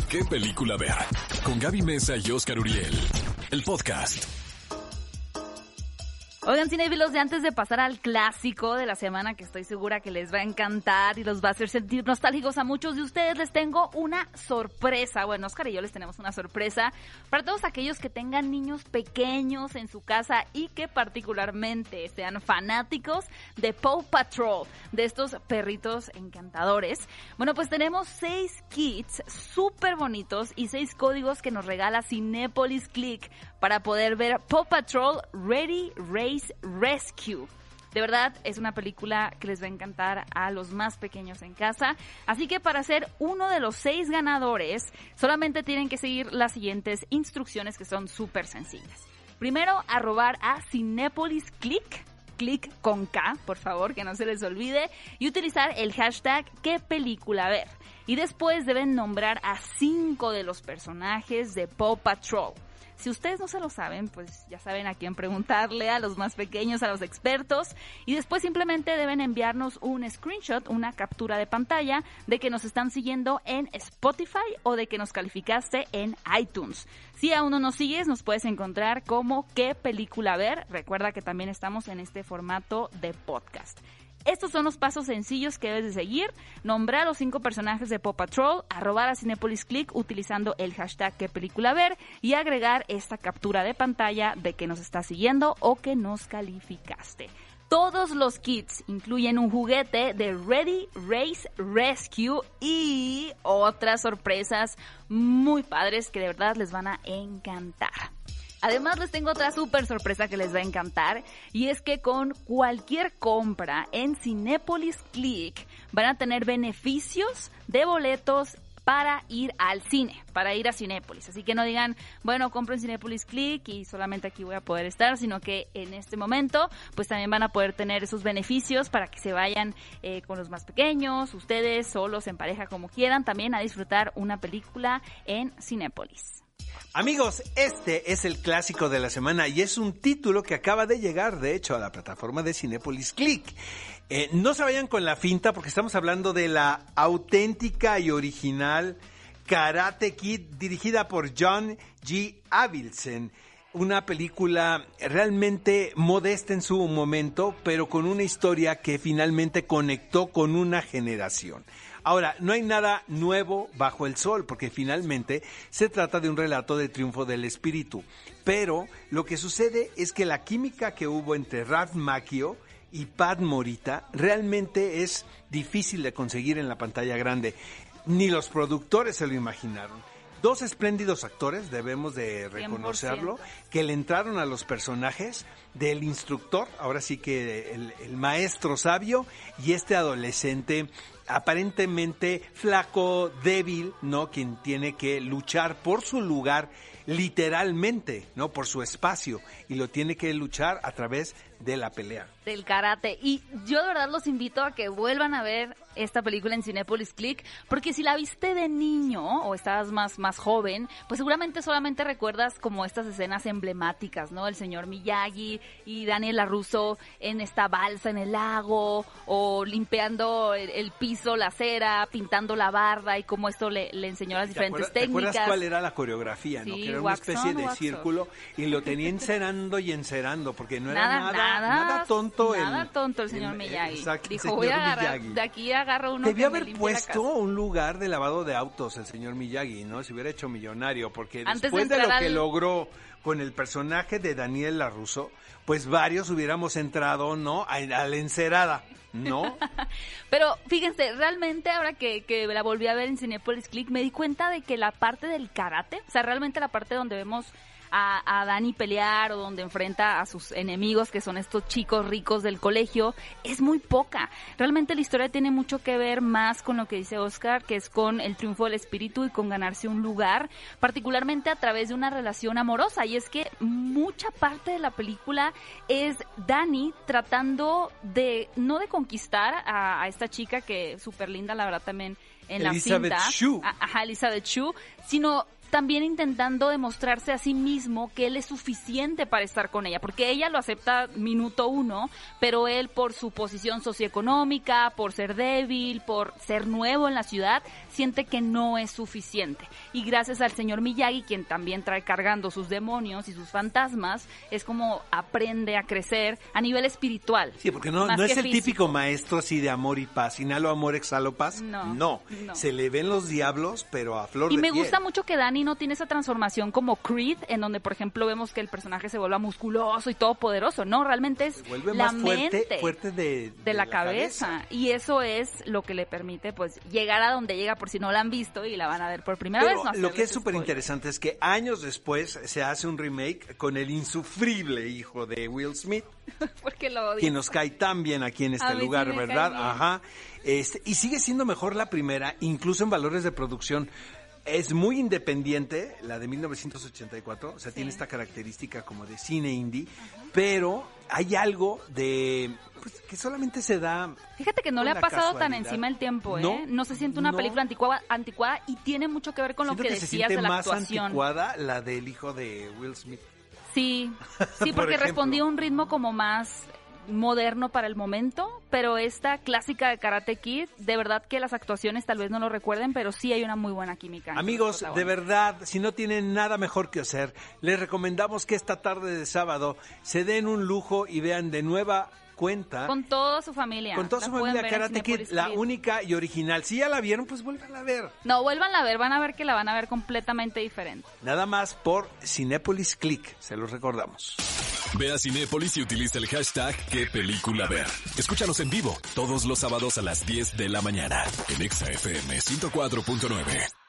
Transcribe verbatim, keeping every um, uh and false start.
¿Qué película ver? Con Gaby Mesa y Oscar Uriel. El podcast. Oigan, cinéfilos, de antes de pasar al clásico de la semana, que estoy segura que les va a encantar y los va a hacer sentir nostálgicos a muchos de ustedes, les tengo una sorpresa. Bueno, Oscar y yo les tenemos una sorpresa para todos aquellos que tengan niños pequeños en su casa y que particularmente sean fanáticos de Paw Patrol, de estos perritos encantadores. Bueno, pues tenemos seis kits súper bonitos y seis códigos que nos regala Cinépolis Click para poder ver Paw Patrol Ready, Race, Rescue. De verdad, es una película que les va a encantar a los más pequeños en casa. Así que para ser uno de los seis ganadores, solamente tienen que seguir las siguientes instrucciones que son súper sencillas. Primero, arrobar a Cinépolis Click, click con K, por favor, que no se les olvide, y utilizar el hashtag ¿qué película ver? Y después deben nombrar a cinco de los personajes de Paw Patrol. Si ustedes no se lo saben, pues ya saben a quién preguntarle, a los más pequeños, a los expertos, y después simplemente deben enviarnos un screenshot, una captura de pantalla de que nos están siguiendo en Spotify o de que nos calificaste en iTunes. Si aún no nos sigues, nos puedes encontrar como ¿qué película ver? Recuerda que también estamos en este formato de podcast. Estos son los pasos sencillos que debes de seguir: nombrar a los cinco personajes de Paw Patrol, arrobar a Cinépolis Click utilizando el hashtag qué película ver y agregar esta captura de pantalla de que nos estás siguiendo o que nos calificaste. Todos los kits incluyen un juguete de Ready, Race, Rescue y otras sorpresas muy padres que de verdad les van a encantar. Además, les tengo otra súper sorpresa que les va a encantar, y es que con cualquier compra en Cinépolis Click van a tener beneficios de boletos para ir al cine, para ir a Cinépolis. Así que no digan, bueno, compro en Cinépolis Click y solamente aquí voy a poder estar, sino que en este momento pues también van a poder tener esos beneficios para que se vayan eh, con los más pequeños, ustedes solos, en pareja, como quieran, también a disfrutar una película en Cinépolis. Amigos, este es el clásico de la semana y es un título que acaba de llegar, de hecho, a la plataforma de Cinépolis Click. Eh, no se vayan con la finta porque estamos hablando de la auténtica y original Karate Kid, dirigida por John G. Avildsen. Una película realmente modesta en su momento, pero con una historia que finalmente conectó con una generación. Ahora, no hay nada nuevo bajo el sol, porque finalmente se trata de un relato de triunfo del espíritu. Pero lo que sucede es que la química que hubo entre Ralph Macchio y Pat Morita realmente es difícil de conseguir en la pantalla grande. Ni los productores se lo imaginaron. Dos espléndidos actores, debemos de reconocerlo, cien por ciento que le entraron a los personajes del instructor, ahora sí que el, el maestro sabio, y este adolescente aparentemente flaco, débil, ¿no? Quien tiene que luchar por su lugar, literalmente, ¿no? Por su espacio, y lo tiene que luchar a través de la pelea. Del karate. Y yo de verdad los invito a que vuelvan a ver esta película en Cinépolis Click, porque si la viste de niño o estabas más, más joven, pues seguramente solamente recuerdas como estas escenas emblemáticas, ¿no? El señor Miyagi y Daniel LaRusso en esta balsa en el lago, o limpiando el, el piso, la acera, pintando la barda, y cómo esto le, le enseñó las diferentes ¿Te técnicas. ¿Te acuerdas cuál era la coreografía, sí, no? Que era Waxon, una especie de Waxon. círculo, y lo tenía encerando y encerando, porque no Nada, era nada, nada, nada tonto. Nada el, tonto el señor el, Miyagi. Exacto, Dijo, señor voy a agarrar, Miyagi. de aquí agarro uno. Debió que me haber limpie puesto la casa. un lugar de lavado de autos el señor Miyagi, ¿no? Se hubiera hecho millonario, porque Antes después de de, lo entrar que al... logró con el personaje de Daniel LaRusso, pues varios hubiéramos entrado, ¿no? A, a la encerada, ¿no? Pero fíjense, realmente ahora que, que la volví a ver en Cinépolis Click, me di cuenta de que la parte del karate, o sea, realmente la parte donde vemos a, a Dani pelear o donde enfrenta a sus enemigos, que son estos chicos ricos del colegio, es muy poca. Realmente la historia tiene mucho que ver más con lo que dice Oscar, que es con el triunfo del espíritu y con ganarse un lugar, particularmente a través de una relación amorosa. Y es que mucha parte de la película es Dani tratando de, no de conquistar a, a esta chica que es súper linda, la verdad también, en Elizabeth la cinta. Shue. Ajá, Elizabeth Shue, sino también intentando demostrarse a sí mismo que él es suficiente para estar con ella, porque ella lo acepta minuto uno, pero él por su posición socioeconómica, por ser débil, por ser nuevo en la ciudad, siente que no es suficiente. Y gracias al señor Miyagi, quien también trae cargando sus demonios y sus fantasmas, es como aprende a crecer a nivel espiritual. Sí, porque no, no es el físico. Típico maestro así de amor y paz, inhalo amor, exhalo paz. No, no, no. Se le ven los diablos, pero a flor y de piel. Y me gusta mucho que Dani no tiene esa transformación como Creed, en donde, por ejemplo, vemos que el personaje se vuelve musculoso y todopoderoso. No, realmente es la más fuerte, mente fuerte de, de, de la, la cabeza. cabeza. Y eso es lo que le permite, pues, llegar a donde llega, por si no la han visto y la van a ver por primera Pero vez. No lo que es súper interesante es que años después se hace un remake con el insufrible hijo de Will Smith. Porque lo odio. Que nos cae tan bien aquí en este a lugar, sí ¿verdad? Ajá. Este, y sigue siendo mejor la primera, incluso en valores de producción. Es muy independiente, la de mil novecientos ochenta y cuatro, o sea, sí. Tiene esta característica como de cine indie, uh-huh. Pero hay algo de pues, que solamente se da. Fíjate que no le ha pasado tan encima el tiempo, ¿eh? No, no se siente una no. película anticuada, anticuada y tiene mucho que ver con Siento lo que, que decías de la más actuación. Anticuada la del hijo de Will Smith. Sí, sí, porque respondía a un ritmo como más moderno para el momento, pero esta clásica de Karate Kid, de verdad que las actuaciones tal vez no lo recuerden, pero sí hay una muy buena química. Amigos, de verdad, si no tienen nada mejor que hacer, les recomendamos que esta tarde de sábado se den un lujo y vean de nueva cuenta. Con toda su familia. Con toda su familia, Karate Kid, la única y original. Si ya la vieron, pues vuélvanla a ver. No, vuélvanla a ver, van a ver que la van a ver completamente diferente. Nada más por Cinépolis Click, se los recordamos. Ve a Cinépolis y utiliza el hashtag ¿Qué película ver? Escúchanos en vivo todos los sábados a las diez de la mañana en Exa F M ciento cuatro punto nueve.